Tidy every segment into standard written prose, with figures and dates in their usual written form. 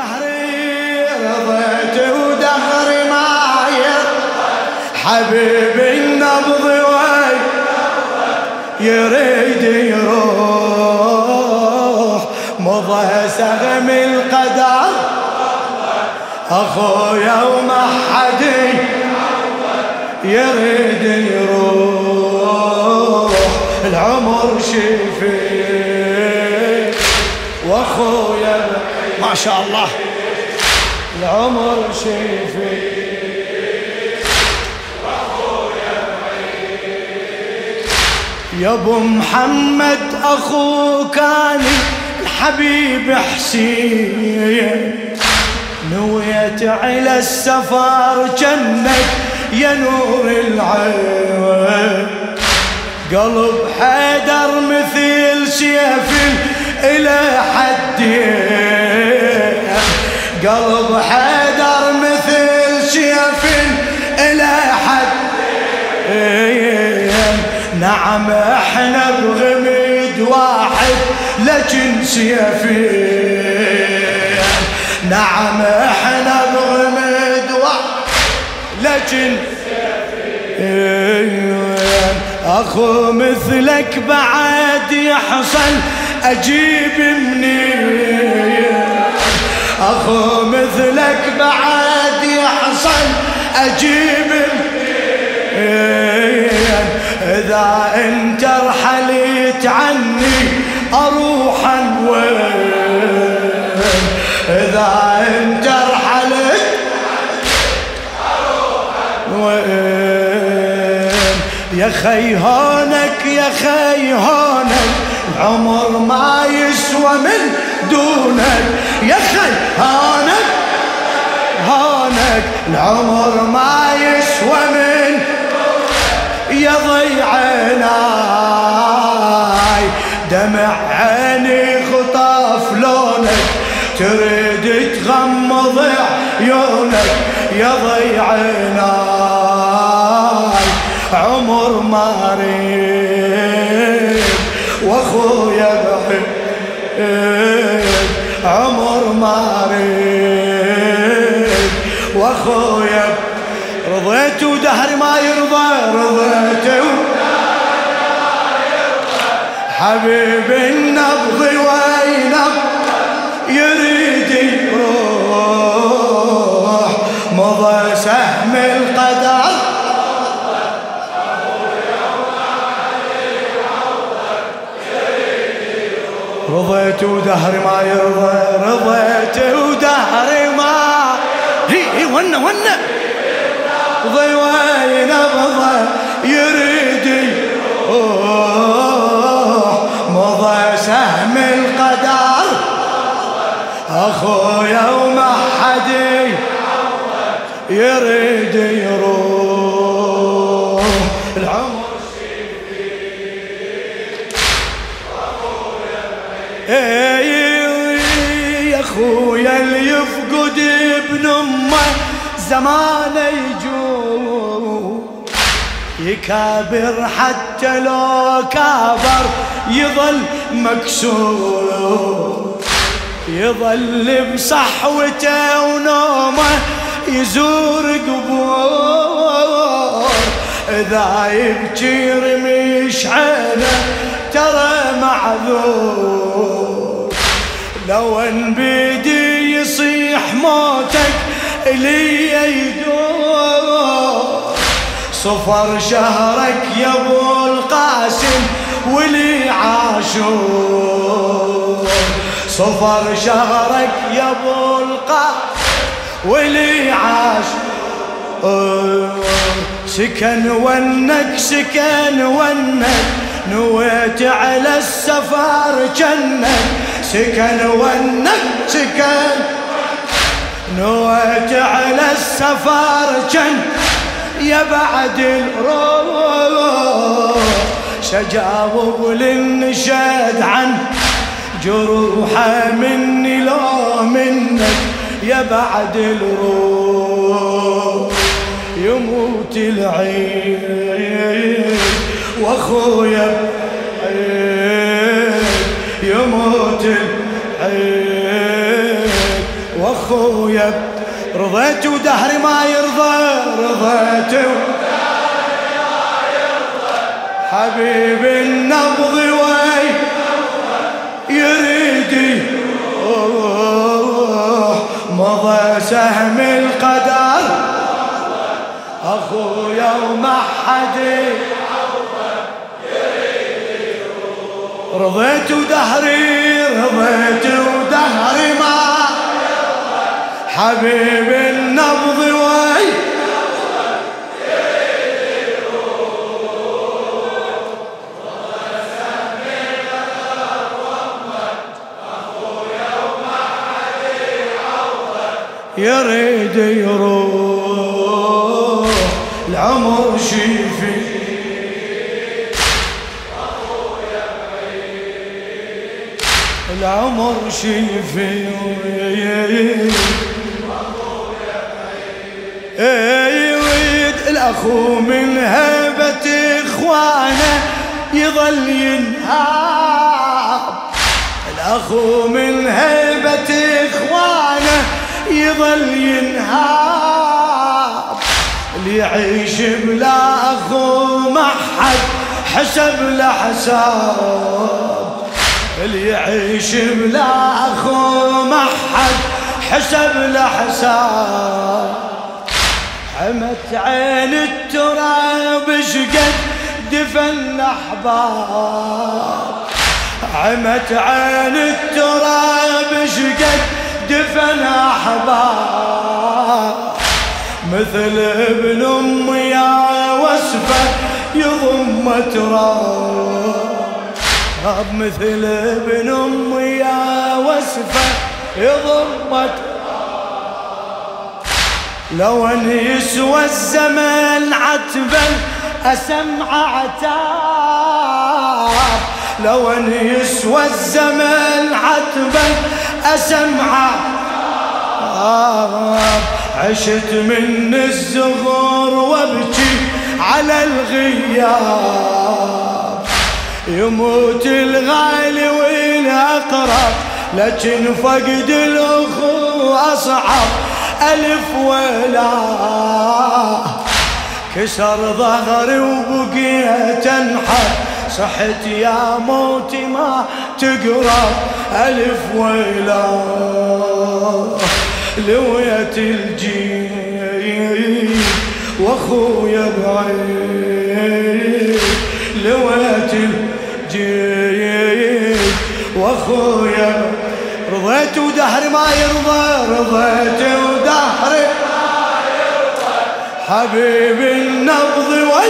ودهري رضيت ودهري ما حبيبي النبض وي يريد يروح مضى سهم القدر أخويا وما حد يريد يروح العمر شفيق واخويا ما شاء الله العمر شفيق واخويا يا ابو محمد اخوك كان الحبيب حسين نويت على السفر جنك يا نور العين قلب حيدر مثل سيف إلى حدين قلب حيدر مثل سيف إلى حدين نعم احنا بغمد واحد لكن سيفين نعم احنا بغمد واحد لكن أخو مثلك بعد يحصل أجيب منين أخو مثلك بعد يحصل أجيب منين إذا أنت رحلت عني أروح وين إذا أنت رحلت وين يا خي هونك يا خي هونك العمر ما يسوى من دونك يا خي هونك هونك العمر ما يسوى من يا ضيع عيناي دمع عيني خطاف لونك تريد تغمض عيونك يا ضيع عيناي عمر ما ريد واخويا بحب عمر ما ريد واخويا رضيت ودهري ما يرضى رضيت حبيبي النبض وينبض يريد يروح مضى سهم القدر رضيت ودهري ما يرضى رضيت ودهري ما هي ونا رضي وينبض يريد يروح مضى سهم القدر أخويا وما حد يريد يروح العمر يا أخويا اللي يفقد ابن أمه زمان يجوع يكابر حتى لو كابر يظل مكسور يظل بصحوته ونومه يزور قبور إذا يبكي رميش عينه ترى معذور لو ان بيدي يصيح موتك إلي يدور صفر شهرك يا ابو القاسم ولي عاشور صفر شهرك يا ابو القاسم ولي عاشور سكن ونك سكن ونك نويت على السفر جنك سكن ونك سكن نويت على السفر جنك يا بعد الروح سجاوب للنشاد عن جروحه مني لو منك يا بعد الروح يموت العين واخويا يموت العين واخويا أخويا رضيت ودهري ما يرضى، رضيت حبيب النبض وي يريد مضى سهم القدر أخويا وما حد رضيت ودهري، رضيت ودهري ما حبيب النبض وي يريد يروح العمر شيفي العمر شيفي يريد الأخو من هيبة إخوانه يظل ينهاب، الأخو من هيبة إخوانه يظل ينهاب، اللي يعيش بلا أخو ما حد حسب له حساب، اللي يعيش بلا أخو ما حد حسب له حساب. حمت عين التراب شقد دفن الأحباب، عمت عين التراب شقد دفن أحباب، مثل ابن أمي يا وصفه يضم تراب، مثل ابن أمي يا وصفه يضم تراب. لو أن يسوى الزمن عتبا أسمع عتاب، لو أن يسوى الزمن عتبا أسمع عشت من الزغور وابكي على الغياب، يموت الغالي والأقرب لكن فقد الأخو أصعب ألف ولا. كسر ظهري وبقيت أنحر، صحت يا موتي ما تقرب ألف ولا. لويت الجيل واخويا بعيد، لويت الجيل واخويا رضيت ودهري ما يرضى، رضيت ودهري ما يرضى حبيب النبض وي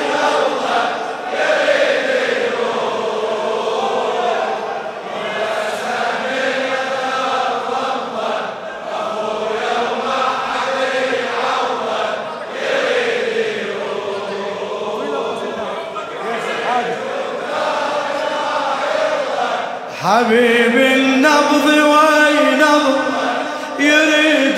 حبيب النبض وينبض يريد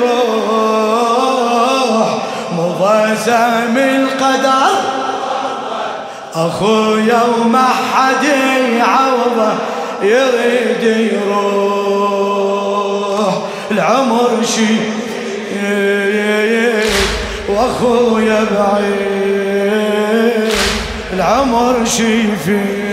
يروح، مضى سهم القدر أخويا وما حد يعوضه يريد يروح العمر شيء واخويا بعيد، العمر شيفي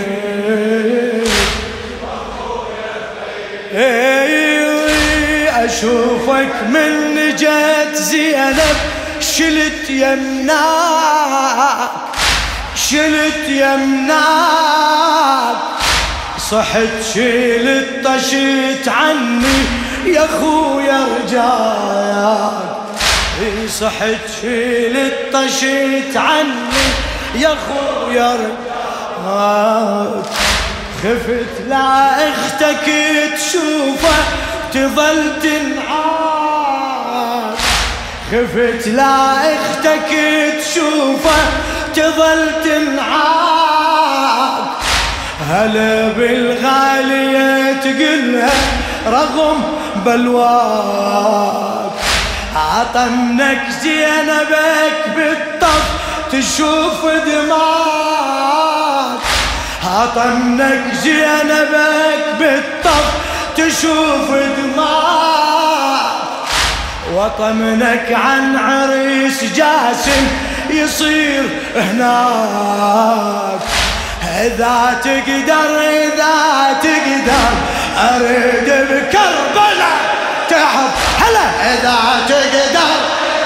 أشوفك من جت زينب شلت يمناك، شلت يمناك، صحت شلت طشت عني يا خويا رجاك، صحت شلت طشت عني يا خويا رجاك. خفت لا اختك تشوفه تظل تنعاد، خفت لا اختك تشوفه تظل تنعاد، هلا بالغالية تقلها رغم بلواك، عطمنك زينبك بالطف تشوف دماك، عطمنك زينبك بالطف تشوف دماك، وطمنك عن عريس جاسم يصير هناك. إذا تقدر أريد بكربلاء تحضر. هلا إذا تقدر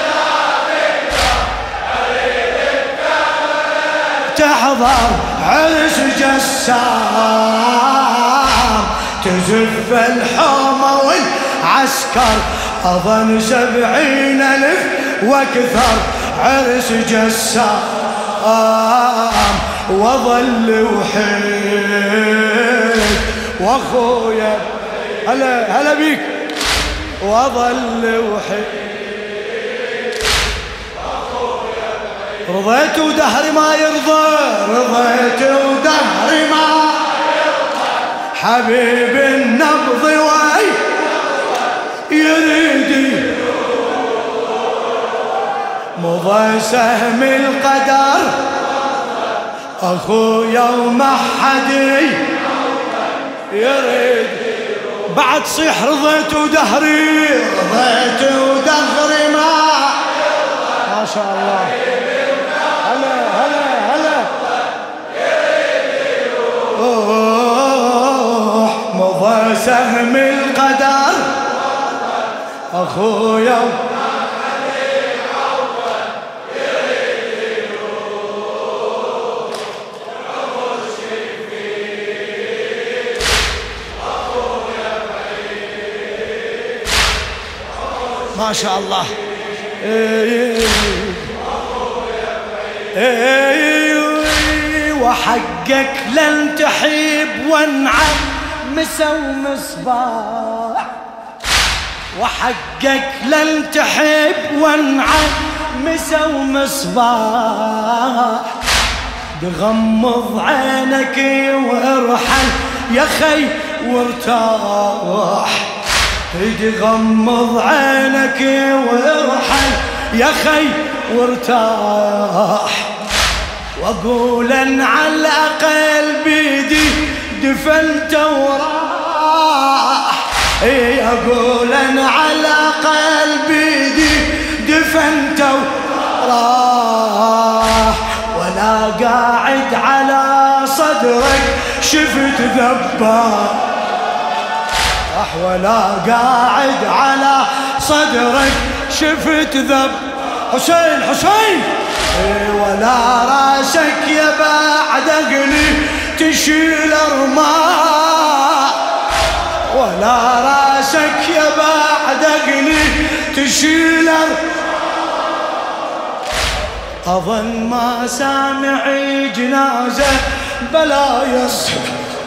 تحضر عرس جسام، تزف الحومة والعسكر أظن 70,000 واكثر. عرس جسام وظل وحيد واخويا هلا بيك وظل وحيد. رضيت ودهري ما يرضى، رضيت ودهري ما يرضى، حبيب النبض وي يريد مضى سهم القدر أخويا وما حد يريد. بعد صيح رضيت ودهري، رضيت ودهري ما شاء الله. هلا مضى سهم القدر أخويا ما شاء الله. وحقك لن تحيب وانعم مسا ومصباح، وحقك لن تحب وانعم مسا ومصباح. تغمض عينك وارحل يا خي وارتاح، تغمض عينك وارحل يا خي وارتاح. واقول ان على الاقل بيدي دفنت وراح، اقول ان على الاقل بيدي دفنت وراح. ولا قاعد على صدرك شفت ذباح، ولا قاعد على صدرك شفت ذب. حسين ولا راسك يا بعد اغني تشيل رماح، ولا راسك يا بعد اغني تشيل اظن ما سامع جنازه بلا يصح.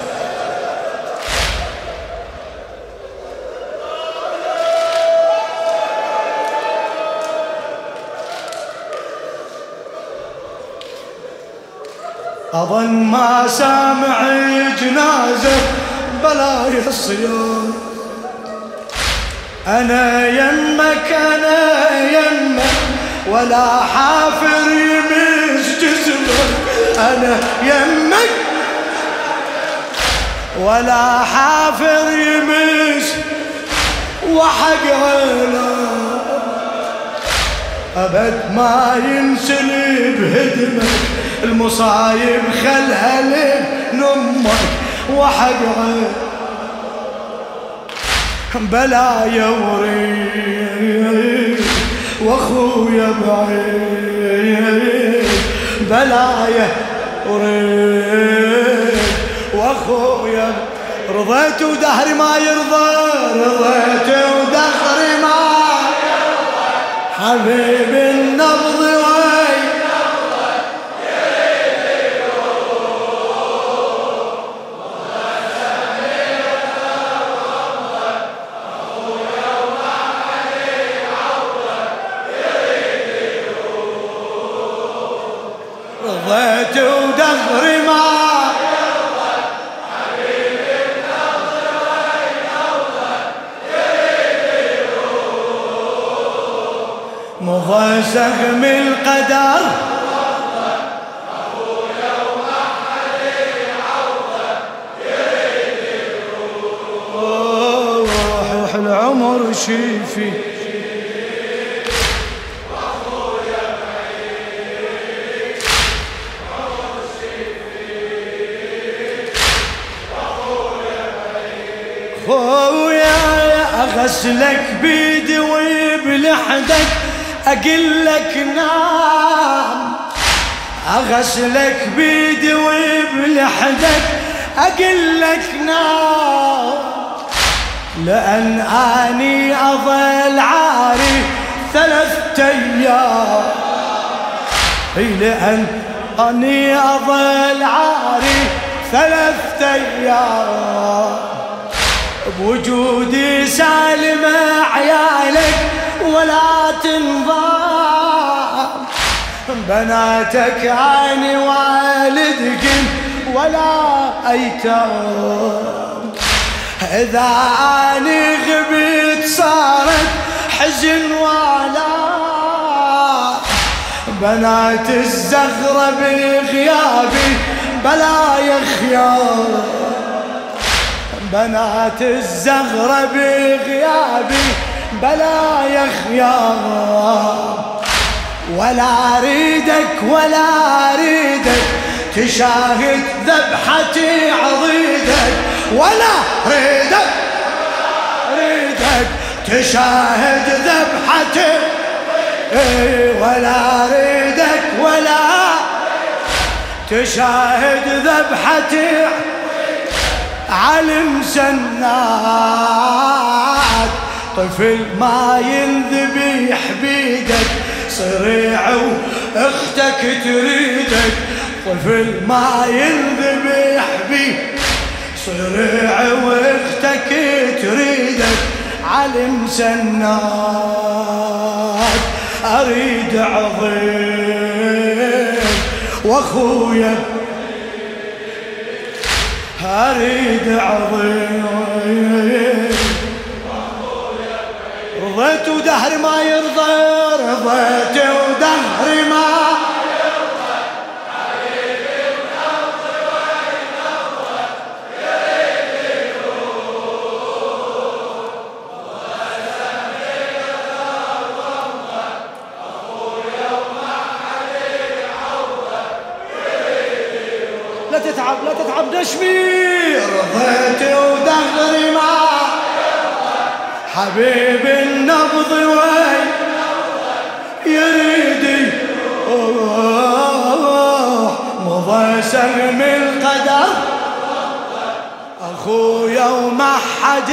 أظن ما سامع جنازة بلا يصير. أنا يمك ولا حافر يمس جسمك. أنا يمك ولا حافر يمس وحق عينك أبد ما ينسلب هدمك. المصايب خلها لابن امك وحق عين بلايا وريد واخويا بعيد. بلايا وريد واخويا. رضيت ودهري ما يرضى، رضيت ودهري ما يرضى، حبيب النبض وي رضيت ودهري ما يرضى، حبيب النبض وينوض يريد مضى سهم القدر أخويا وما حد يعوضه يريد روح العمر شيفي اغسلك بيدي وبلحدك اقلك نام، اغسلك بيدي وبلحدك اقلك نام، لأن اني اظل عاري 3 أيام، لأن اني اظل عاري 3 أيام، بوجودي سالم عيالك ولا تنضام، بناتك عيني والدك ولا أيتام، إذا أني غبت صارت حزن ولا، بنات الزغرة بغيابي بلا يخيام، بنات الزغرة بغيابي بلا يخيام، ولا أريدك ولا أريدك تشاهد ذبحتي عضيدك، ولا أريدك تشاهد ذبحتي، ولا أريدك ولا تشاهد ذبحتي، علم سنات طفل ما ينذبح بيدك، صريع واختك تريدك، طفل ما ينذبح بيدك، صريع واختك تريدك، علم سنات اريد عظيم واخويا اريد عظيم، رضيت ودهر ما يرضى، رضيت ودهر ما يرضى، حبيبي ونبضي وينبض يريد يروح، وسمي الضمة أخويا وما حد يعوض يريد يروح، لا تتعب لا تتعب نشمي، رضيت ودهر ما حبيبي النبض وين يريد مضى سهم القدر اخويا وما حد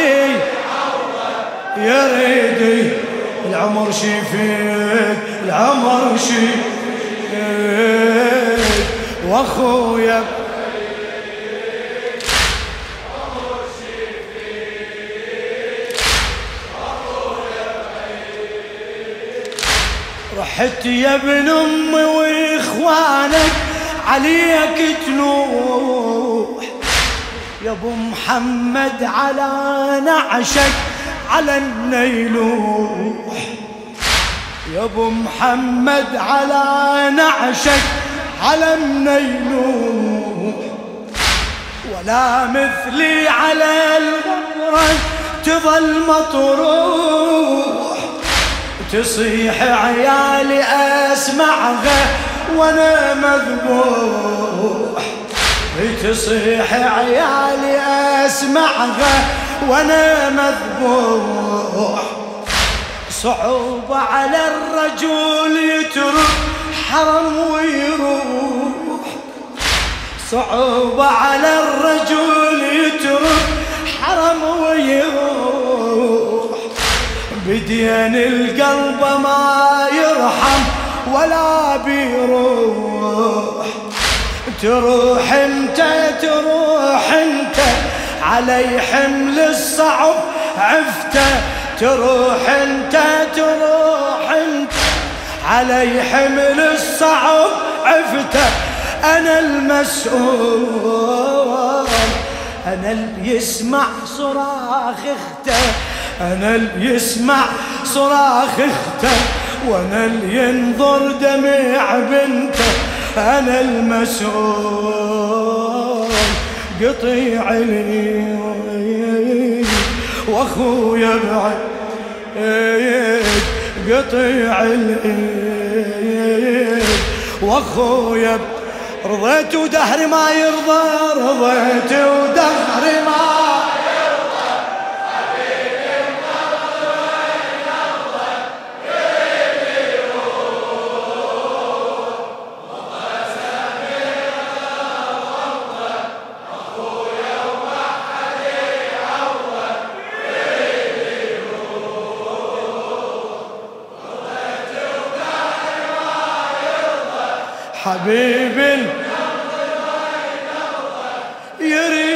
يريد، العمر شفيك العمر شفيك واخويا رحت يا ابن امي واخوانك عليك تلوح، يا ابو محمد على نعشك على النيلوح، يا ابو محمد على نعشك على النيلوح، ولا مثلي على الغمرة تظل مطروح، تصيح عيالي اسمعها وانا مذبوح، تصيح عيالي اسمعها وانا مذبوح، صعوبة على الرجل يترك حرم ويروح، صعوبة على الرجل يترك حرم ويروح، بدين القلب ما يرحم ولا بيروح، تروح انت تروح انت علي حمل الصعب عفته، تروح انت تروح انت علي حمل الصعب عفته، انا المسؤول، انا اللي يسمع صراخ اخته، انا اللي يسمع صراخ اخته، وانا اللي ينظر دمع بنته، انا المسؤول، قطيع اليد واخويا بعيد، قطيع اليد واخويا، رضيت ودهر ما يرضى، رضيت ودهر ما يرضى، حبيبي ونبض حبيب يريد